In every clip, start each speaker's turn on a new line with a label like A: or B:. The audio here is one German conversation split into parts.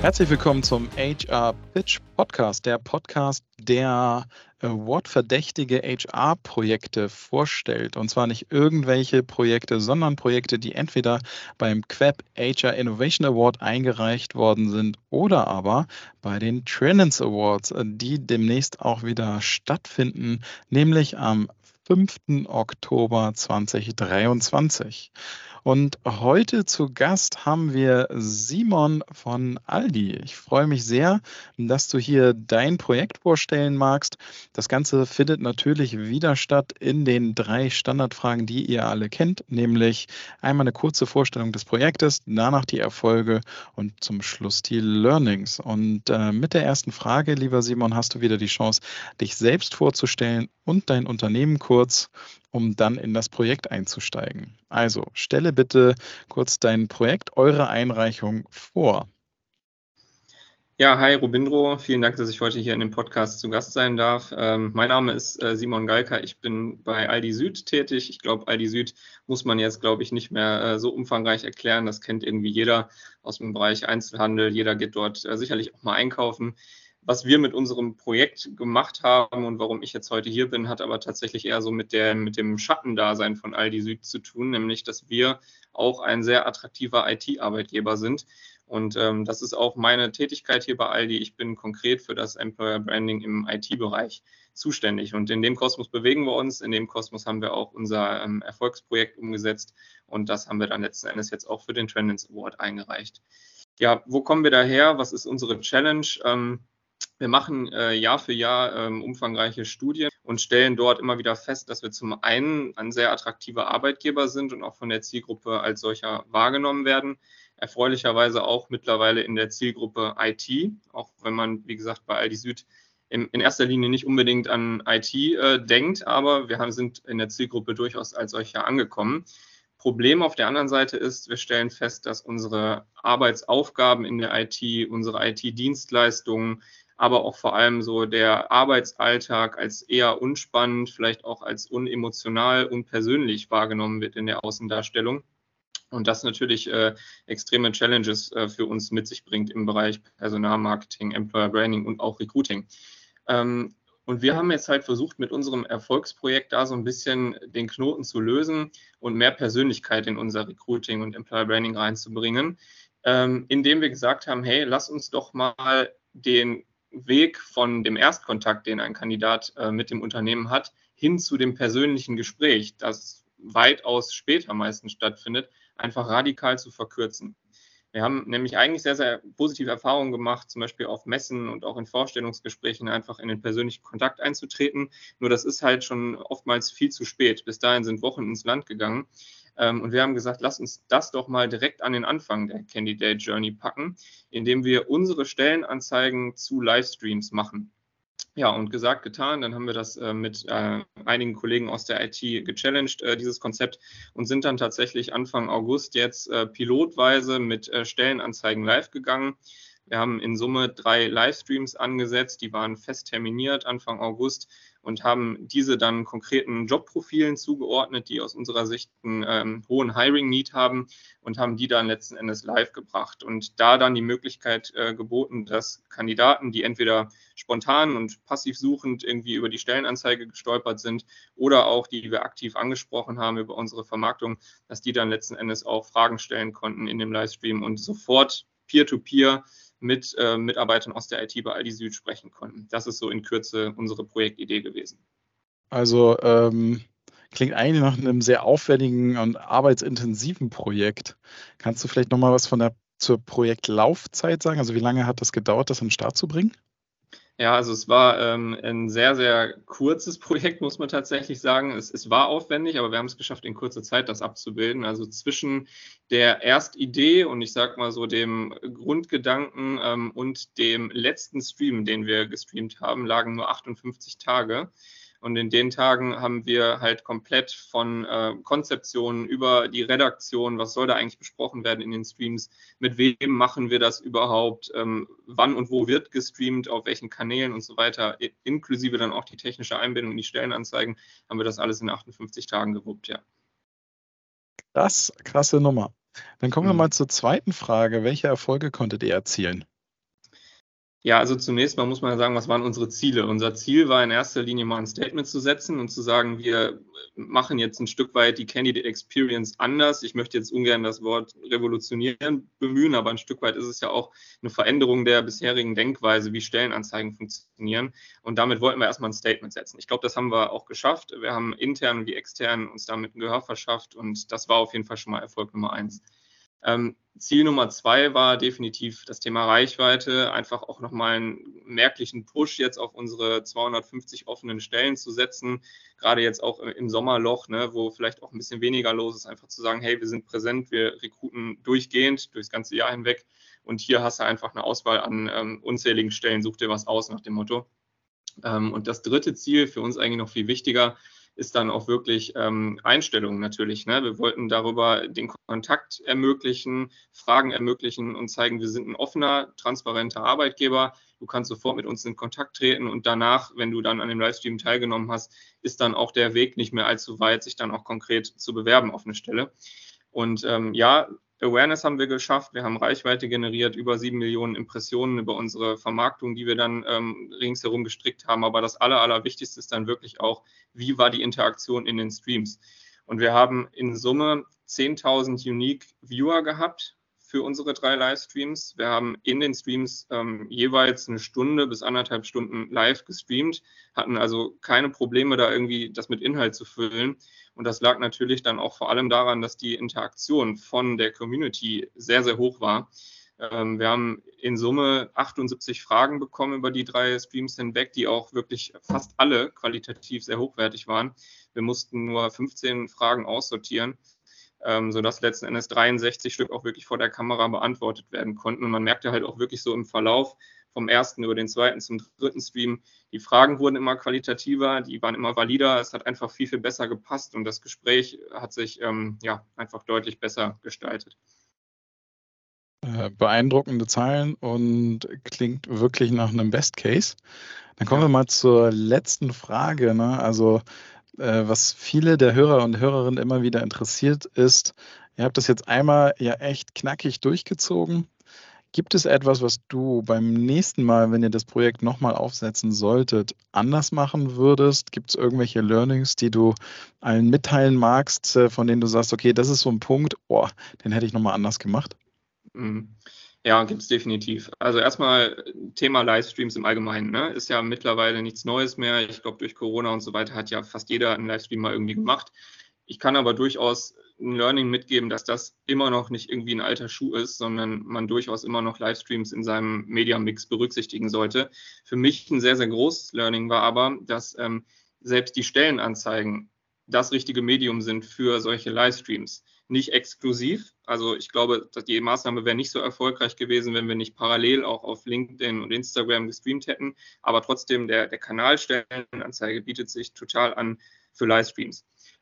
A: Herzlich willkommen zum HR Pitch Podcast, der Podcast, der awardverdächtige HR-Projekte vorstellt. Und zwar nicht irgendwelche Projekte, sondern Projekte, die entweder beim QAP HR Innovation Award eingereicht worden sind oder aber bei den Trends Awards, die demnächst auch wieder stattfinden, nämlich am 5. Oktober 2023. Und heute zu Gast haben wir Simon von Aldi. Ich freue mich sehr, dass du hier dein Projekt vorstellen magst. Das Ganze findet natürlich wieder statt in den 3 Standardfragen, die ihr alle kennt, nämlich einmal eine kurze Vorstellung des Projektes, danach die Erfolge und zum Schluss die Learnings. Und mit der ersten Frage, lieber Simon, hast du wieder die Chance, dich selbst vorzustellen und dein Unternehmen kurz, um dann in das Projekt einzusteigen. Also stelle bitte kurz dein Projekt, eure Einreichung vor.
B: Ja, hi Robindro, vielen Dank, dass ich heute hier in dem Podcast zu Gast sein darf. Mein Name ist Simon Galka, ich bin bei Aldi Süd tätig. Ich glaube, Aldi Süd muss man jetzt, glaube ich, nicht mehr so umfangreich erklären. Das kennt irgendwie jeder aus dem Bereich Einzelhandel. Jeder geht dort sicherlich auch mal einkaufen. Was wir mit unserem Projekt gemacht haben und warum ich jetzt heute hier bin, hat aber tatsächlich eher so mit dem Schattendasein von Aldi Süd zu tun, nämlich dass wir auch ein sehr attraktiver IT-Arbeitgeber sind. Und das ist auch meine Tätigkeit hier bei Aldi. Ich bin konkret für das Employer Branding im IT-Bereich zuständig. Und in dem Kosmos bewegen wir uns. In dem Kosmos haben wir auch unser Erfolgsprojekt umgesetzt. Und das haben wir dann letzten Endes jetzt auch für den Trends Award eingereicht. Ja, wo kommen wir daher? Was ist unsere Challenge? Wir machen Jahr für Jahr umfangreiche Studien und stellen dort immer wieder fest, dass wir zum einen ein sehr attraktiver Arbeitgeber sind und auch von der Zielgruppe als solcher wahrgenommen werden. Erfreulicherweise auch mittlerweile in der Zielgruppe IT, auch wenn man, wie gesagt, bei Aldi Süd in erster Linie nicht unbedingt an IT denkt, aber wir sind in der Zielgruppe durchaus als solcher angekommen. Problem auf der anderen Seite ist, wir stellen fest, dass unsere Arbeitsaufgaben in der IT, unsere IT-Dienstleistungen, aber auch vor allem so der Arbeitsalltag als eher unspannend, vielleicht auch als unemotional, unpersönlich wahrgenommen wird in der Außendarstellung. Und das natürlich extreme Challenges für uns mit sich bringt im Bereich Personalmarketing, Employer Branding und auch Recruiting. Und wir haben jetzt halt versucht, mit unserem Erfolgsprojekt da so ein bisschen den Knoten zu lösen und mehr Persönlichkeit in unser Recruiting und Employer Branding reinzubringen, indem wir gesagt haben, hey, lass uns doch mal den Weg von dem Erstkontakt, den ein Kandidat mit dem Unternehmen hat, hin zu dem persönlichen Gespräch, das weitaus später meistens stattfindet, einfach radikal zu verkürzen. Wir haben nämlich eigentlich sehr, sehr positive Erfahrungen gemacht, zum Beispiel auf Messen und auch in Vorstellungsgesprächen einfach in den persönlichen Kontakt einzutreten. Nur das ist halt schon oftmals viel zu spät. Bis dahin sind Wochen ins Land gegangen. Und wir haben gesagt, lass uns das doch mal direkt an den Anfang der Candidate Journey packen, indem wir unsere Stellenanzeigen zu Livestreams machen. Ja, und gesagt, getan, dann haben wir das mit einigen Kollegen aus der IT gechallenged, dieses Konzept, und sind dann tatsächlich Anfang August jetzt pilotweise mit Stellenanzeigen live gegangen. Wir haben in Summe 3 Livestreams angesetzt, die waren fest terminiert Anfang August und haben diese dann konkreten Jobprofilen zugeordnet, die aus unserer Sicht einen hohen Hiring-Need haben, und haben die dann letzten Endes live gebracht. Und da dann die Möglichkeit geboten, dass Kandidaten, die entweder spontan und passiv suchend irgendwie über die Stellenanzeige gestolpert sind oder auch die wir aktiv angesprochen haben über unsere Vermarktung, dass die dann letzten Endes auch Fragen stellen konnten in dem Livestream und sofort peer-to-peer mit Mitarbeitern aus der IT bei Aldi Süd sprechen konnten. Das ist so in Kürze unsere Projektidee gewesen.
A: Also klingt eigentlich nach einem sehr aufwendigen und arbeitsintensiven Projekt. Kannst du vielleicht nochmal was zur Projektlaufzeit sagen? Also wie lange hat das gedauert, das an den Start zu bringen?
B: Ja, also es war ein sehr, sehr kurzes Projekt, muss man tatsächlich sagen. Es war aufwendig, aber wir haben es geschafft, in kurzer Zeit das abzubilden. Also zwischen der Erstidee und ich sag mal so dem Grundgedanken und dem letzten Stream, den wir gestreamt haben, lagen nur 58 Tage. Und in den Tagen haben wir halt komplett von Konzeptionen über die Redaktion, was soll da eigentlich besprochen werden in den Streams, mit wem machen wir das überhaupt, wann und wo wird gestreamt, auf welchen Kanälen und so weiter, inklusive dann auch die technische Einbindung in die Stellenanzeigen, haben wir das alles in 58 Tagen gewuppt, ja.
A: Das, krasse Nummer. Dann kommen wir mal zur zweiten Frage. Welche Erfolge konntet ihr erzielen?
B: Ja, also zunächst mal muss man sagen, was waren unsere Ziele? Unser Ziel war in erster Linie mal ein Statement zu setzen und zu sagen, wir machen jetzt ein Stück weit die Candidate Experience anders. Ich möchte jetzt ungern das Wort revolutionieren bemühen, aber ein Stück weit ist es ja auch eine Veränderung der bisherigen Denkweise, wie Stellenanzeigen funktionieren. Und damit wollten wir erstmal ein Statement setzen. Ich glaube, das haben wir auch geschafft. Wir haben intern wie extern uns damit ein Gehör verschafft und das war auf jeden Fall schon mal Erfolg Nummer 1. Ziel Nummer 2 war definitiv das Thema Reichweite, einfach auch nochmal einen merklichen Push jetzt auf unsere 250 offenen Stellen zu setzen, gerade jetzt auch im Sommerloch, ne, wo vielleicht auch ein bisschen weniger los ist, einfach zu sagen, hey, wir sind präsent, wir rekruten durchgehend durchs ganze Jahr hinweg und hier hast du einfach eine Auswahl an unzähligen Stellen, such dir was aus nach dem Motto. Und das dritte Ziel, für uns eigentlich noch viel wichtiger, ist dann auch wirklich Einstellungen natürlich. Ne? Wir wollten darüber den Kontakt ermöglichen, Fragen ermöglichen und zeigen, wir sind ein offener, transparenter Arbeitgeber. Du kannst sofort mit uns in Kontakt treten und danach, wenn du dann an dem Livestream teilgenommen hast, ist dann auch der Weg nicht mehr allzu weit, sich dann auch konkret zu bewerben auf eine Stelle. Und ja, Awareness haben wir geschafft. Wir haben Reichweite generiert, über 7 Millionen Impressionen über unsere Vermarktung, die wir dann ringsherum gestrickt haben. Aber das Allerwichtigste ist dann wirklich auch, wie war die Interaktion in den Streams? Und wir haben in Summe 10.000 Unique Viewer gehabt für unsere 3 Livestreams. Wir haben in den Streams jeweils 1 Stunde bis 1,5 Stunden live gestreamt, hatten also keine Probleme, da irgendwie das mit Inhalt zu füllen. Und das lag natürlich dann auch vor allem daran, dass die Interaktion von der Community sehr, sehr hoch war. Wir haben in Summe 78 Fragen bekommen über die 3 Streams hinweg, die auch wirklich fast alle qualitativ sehr hochwertig waren. Wir mussten nur 15 Fragen aussortieren, sodass letzten Endes 63 Stück auch wirklich vor der Kamera beantwortet werden konnten. Und man merkte halt auch wirklich so im Verlauf vom ersten über den zweiten zum dritten Stream, die Fragen wurden immer qualitativer, die waren immer valider, es hat einfach viel, viel besser gepasst und das Gespräch hat sich ja einfach deutlich besser gestaltet.
A: Beeindruckende Zahlen und klingt wirklich nach einem Best Case. Dann kommen
B: Ja.
A: wir mal zur letzten Frage. Ne? Also was viele der Hörer und Hörerinnen immer wieder interessiert ist, ihr habt das jetzt einmal ja echt knackig durchgezogen. Gibt es etwas, was du beim nächsten Mal, wenn ihr das Projekt nochmal aufsetzen solltet, anders machen würdest? Gibt es irgendwelche Learnings, die du allen mitteilen magst, von denen du sagst, okay, das ist so ein Punkt, den hätte ich nochmal anders gemacht?
B: Ja, gibt es definitiv. Also erstmal Thema Livestreams im Allgemeinen, ne? Ist ja mittlerweile nichts Neues mehr. Ich glaube, durch Corona und so weiter hat ja fast jeder einen Livestream mal irgendwie gemacht. Ich kann aber durchaus ein Learning mitgeben, dass das immer noch nicht irgendwie ein alter Schuh ist, sondern man durchaus immer noch Livestreams in seinem Media-Mix berücksichtigen sollte. Für mich ein sehr, sehr großes Learning war aber, dass selbst die Stellenanzeigen das richtige Medium sind für solche Livestreams. Nicht exklusiv. Also ich glaube, dass die Maßnahme wäre nicht so erfolgreich gewesen, wenn wir nicht parallel auch auf LinkedIn und Instagram gestreamt hätten. Aber trotzdem, der Kanal Stellenanzeige bietet sich total an für Livestreams.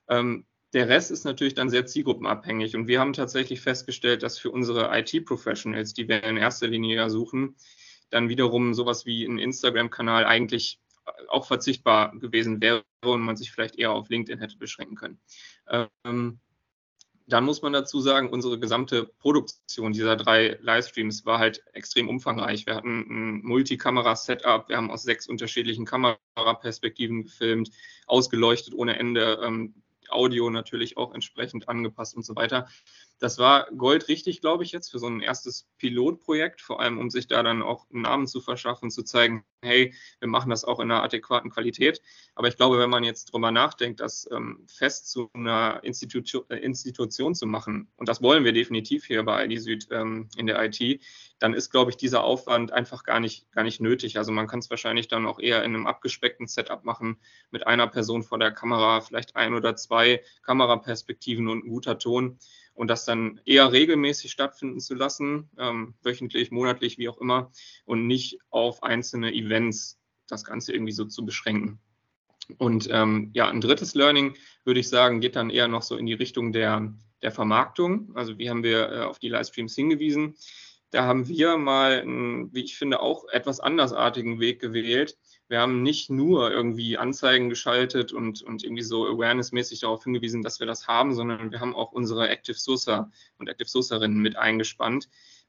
B: Der Rest ist natürlich dann sehr zielgruppenabhängig. Und wir haben tatsächlich festgestellt, dass für unsere IT-Professionals, die wir in erster Linie ja suchen, dann wiederum sowas wie ein Instagram-Kanal eigentlich auch verzichtbar gewesen wäre und man sich vielleicht eher auf LinkedIn hätte beschränken können. Dann muss man dazu sagen, unsere gesamte Produktion dieser 3 Livestreams war halt extrem umfangreich. Wir hatten ein Multikamera-Setup, wir haben aus 6 unterschiedlichen Kameraperspektiven gefilmt, ausgeleuchtet ohne Ende, Audio natürlich auch entsprechend angepasst und so weiter. Das war goldrichtig, glaube ich, jetzt für so ein erstes Pilotprojekt, vor allem um sich da dann auch einen Namen zu verschaffen, zu zeigen, hey, wir machen das auch in einer adäquaten Qualität. Aber ich glaube, wenn man jetzt drüber nachdenkt, das fest zu einer Institution zu machen, und das wollen wir definitiv hier bei ID Süd in der IT, dann ist, glaube ich, dieser Aufwand einfach gar nicht nötig. Also man kann es wahrscheinlich dann auch eher in einem abgespeckten Setup machen, mit einer Person vor der Kamera, vielleicht 1 oder 2 Kameraperspektiven und ein guter Ton und das dann eher regelmäßig stattfinden zu lassen, wöchentlich, monatlich, wie auch immer, und nicht auf einzelne Events das Ganze irgendwie so zu beschränken. Und ja, ein drittes Learning, würde ich sagen, geht dann eher noch so in die Richtung der Vermarktung. Also wie haben wir auf die Livestreams hingewiesen? Da haben wir mal einen, wie ich finde, auch etwas andersartigen Weg gewählt. Wir haben nicht nur irgendwie Anzeigen geschaltet und irgendwie so awarenessmäßig darauf hingewiesen, dass wir das haben, sondern wir haben auch unsere Active Sourcer und Active Sourcerinnen mit eingespannt,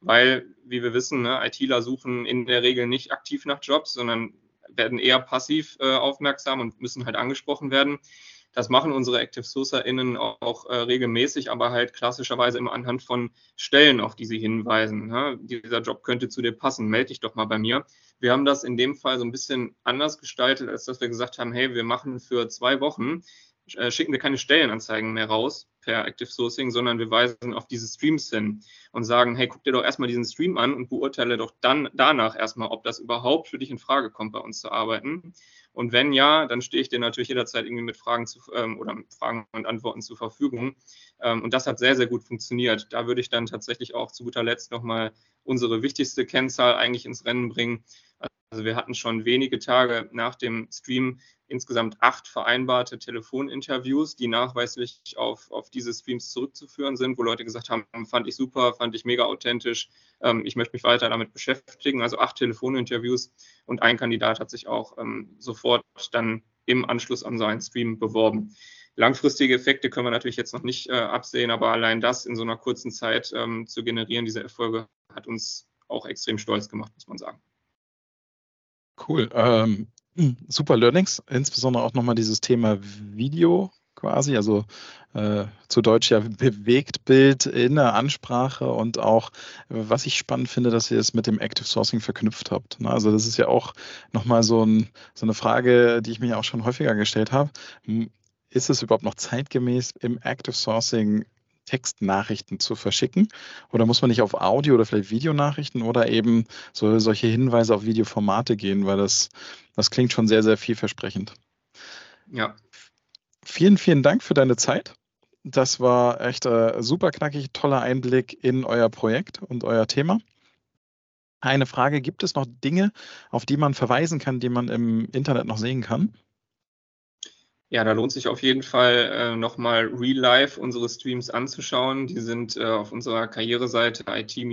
B: weil, wie wir wissen, ne, ITler suchen in der Regel nicht aktiv nach Jobs, sondern werden eher passiv aufmerksam und müssen halt angesprochen werden. Das machen unsere Active SourcerInnen auch regelmäßig, aber halt klassischerweise immer anhand von Stellen, auf die sie hinweisen. Ne? Dieser Job könnte zu dir passen, melde dich doch mal bei mir. Wir haben das in dem Fall so ein bisschen anders gestaltet, als dass wir gesagt haben, hey, wir machen für 2 Wochen, schicken wir keine Stellenanzeigen mehr raus per Active Sourcing, sondern wir weisen auf diese Streams hin und sagen, hey, guck dir doch erstmal diesen Stream an und beurteile doch dann danach erstmal, ob das überhaupt für dich in Frage kommt, bei uns zu arbeiten. Und wenn ja, dann stehe ich dir natürlich jederzeit irgendwie mit Fragen oder mit Fragen und Antworten zur Verfügung. Und das hat sehr, sehr gut funktioniert. Da würde ich dann tatsächlich auch zu guter Letzt nochmal unsere wichtigste Kennzahl eigentlich ins Rennen bringen. Also wir hatten schon wenige Tage nach dem Stream insgesamt 8 vereinbarte Telefoninterviews, die nachweislich auf diese Streams zurückzuführen sind, wo Leute gesagt haben, fand ich super, fand ich mega authentisch, ich möchte mich weiter damit beschäftigen. Also 8 Telefoninterviews und ein Kandidat hat sich auch sofort dann im Anschluss an so einen Stream beworben. Langfristige Effekte können wir natürlich jetzt noch nicht absehen, aber allein das in so einer kurzen Zeit zu generieren, diese Erfolge, hat uns auch extrem stolz gemacht, muss man sagen.
A: Cool. Super Learnings, insbesondere auch nochmal dieses Thema Video quasi, also zu Deutsch ja Bewegtbild in der Ansprache und auch, was ich spannend finde, dass ihr es mit dem Active Sourcing verknüpft habt. Ne? Also das ist ja auch nochmal so eine Frage, die ich mir auch schon häufiger gestellt habe. Ist es überhaupt noch zeitgemäß im Active Sourcing Textnachrichten zu verschicken? Oder muss man nicht auf Audio- oder vielleicht Videonachrichten oder eben solche Hinweise auf Videoformate gehen? Weil das klingt schon sehr, sehr vielversprechend.
B: Ja.
A: Vielen, vielen Dank für deine Zeit. Das war echt super knackig, toller Einblick in euer Projekt und euer Thema. Eine Frage, gibt es noch Dinge, auf die man verweisen kann, die man im Internet noch sehen kann?
B: Ja, da lohnt sich auf jeden Fall nochmal real life unsere Streams anzuschauen. Die sind auf unserer Karriereseite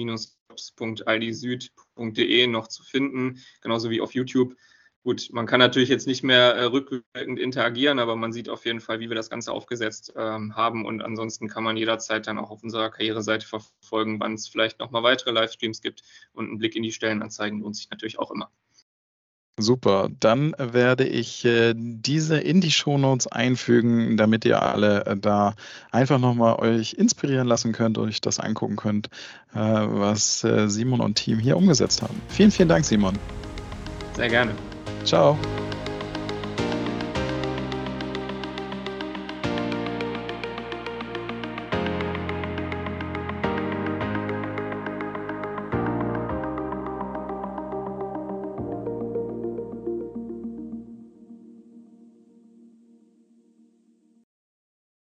B: it-jobs.aldisüd.de noch zu finden, genauso wie auf YouTube. Gut, man kann natürlich jetzt nicht mehr rückwirkend interagieren, aber man sieht auf jeden Fall, wie wir das Ganze aufgesetzt haben. Und ansonsten kann man jederzeit dann auch auf unserer Karriereseite verfolgen, wann es vielleicht nochmal weitere Livestreams gibt. Und ein Blick in die Stellenanzeigen lohnt sich natürlich auch immer.
A: Super, dann werde ich diese in die Shownotes einfügen, damit ihr alle da einfach nochmal euch inspirieren lassen könnt und euch das angucken könnt, was Simon und Team hier umgesetzt haben. Vielen, vielen Dank, Simon.
B: Sehr gerne.
A: Ciao.